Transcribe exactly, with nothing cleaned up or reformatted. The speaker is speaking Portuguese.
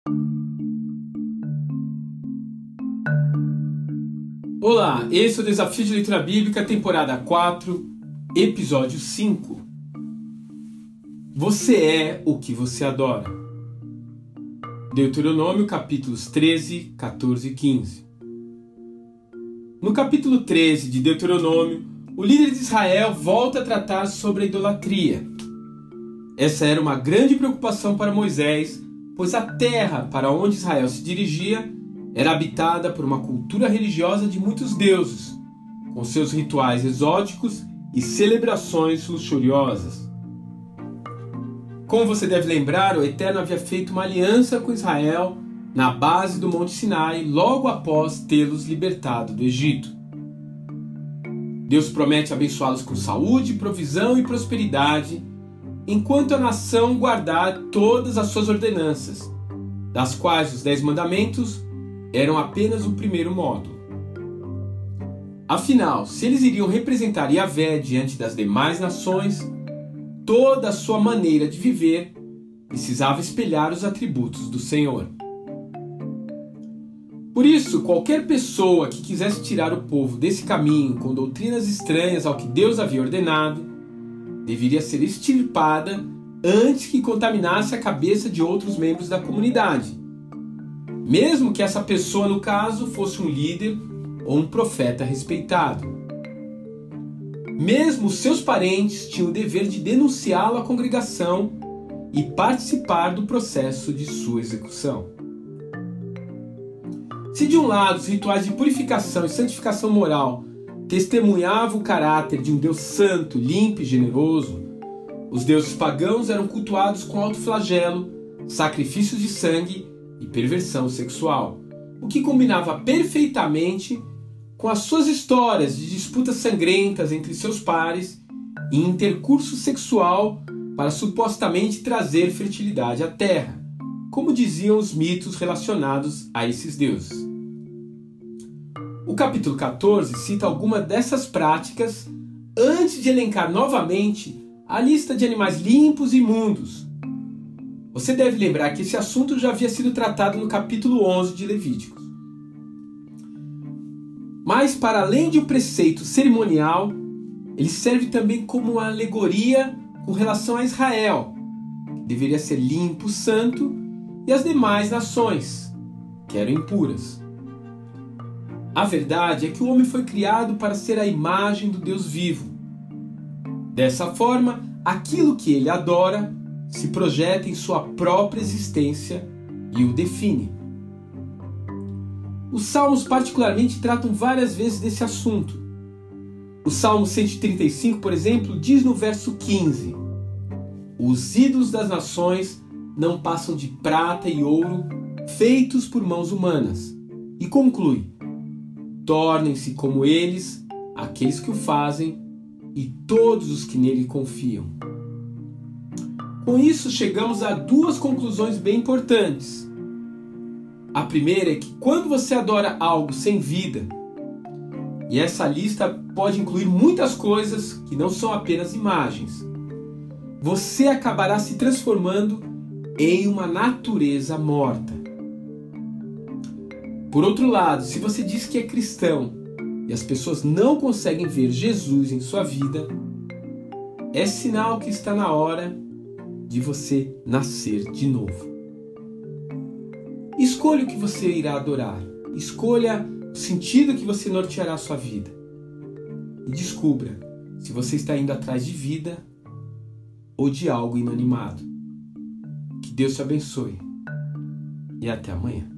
Olá, esse é o Desafio de Leitura Bíblica, temporada quatro, episódio cinco. Você é o que você adora. Deuteronômio, capítulos treze, quatorze e quinze. No capítulo treze de Deuteronômio, o líder de Israel volta a tratar sobre a idolatria. Essa era uma grande preocupação para Moisés, pois a terra para onde Israel se dirigia era habitada por uma cultura religiosa de muitos deuses, com seus rituais exóticos e celebrações luxuriosas. Como você deve lembrar, o Eterno havia feito uma aliança com Israel na base do Monte Sinai logo após tê-los libertado do Egito. Deus promete abençoá-los com saúde, provisão e prosperidade, enquanto a nação guardar todas as suas ordenanças, das quais os Dez Mandamentos eram apenas o primeiro módulo. Afinal, se eles iriam representar Yahvé diante das demais nações, toda a sua maneira de viver precisava espelhar os atributos do Senhor. Por isso, qualquer pessoa que quisesse tirar o povo desse caminho com doutrinas estranhas ao que Deus havia ordenado, deveria ser extirpada antes que contaminasse a cabeça de outros membros da comunidade, mesmo que essa pessoa, no caso, fosse um líder ou um profeta respeitado. Mesmo seus parentes tinham o dever de denunciá-lo à congregação e participar do processo de sua execução. Se de um lado os rituais de purificação e santificação moral testemunhavam o caráter de um Deus santo, limpo e generoso, os deuses pagãos eram cultuados com alto flagelo, sacrifícios de sangue e perversão sexual, o que combinava perfeitamente com as suas histórias de disputas sangrentas entre seus pares e intercurso sexual para supostamente trazer fertilidade à terra, como diziam os mitos relacionados a esses deuses. O capítulo quatorze cita algumas dessas práticas antes de elencar novamente a lista de animais limpos e imundos. Você deve lembrar que esse assunto já havia sido tratado no capítulo onze de Levíticos. Mas, para além de um preceito cerimonial, ele serve também como uma alegoria com relação a Israel, que deveria ser limpo, santo, e as demais nações, que eram impuras. A verdade é que o homem foi criado para ser a imagem do Deus vivo. Dessa forma, aquilo que ele adora se projeta em sua própria existência e o define. Os salmos particularmente tratam várias vezes desse assunto. O Salmo cento e trinta e cinco, por exemplo, diz no verso quinze: os ídolos das nações não passam de prata e ouro feitos por mãos humanas. E conclui: tornem-se como eles aqueles que o fazem e todos os que nele confiam. Com isso, chegamos a duas conclusões bem importantes. A primeira é que quando você adora algo sem vida, e essa lista pode incluir muitas coisas que não são apenas imagens, você acabará se transformando em uma natureza morta. Por outro lado, se você diz que é cristão e as pessoas não conseguem ver Jesus em sua vida, é sinal que está na hora de você nascer de novo. Escolha o que você irá adorar. Escolha o sentido que você norteará a sua vida. E descubra se você está indo atrás de vida ou de algo inanimado. Que Deus te abençoe. E até amanhã.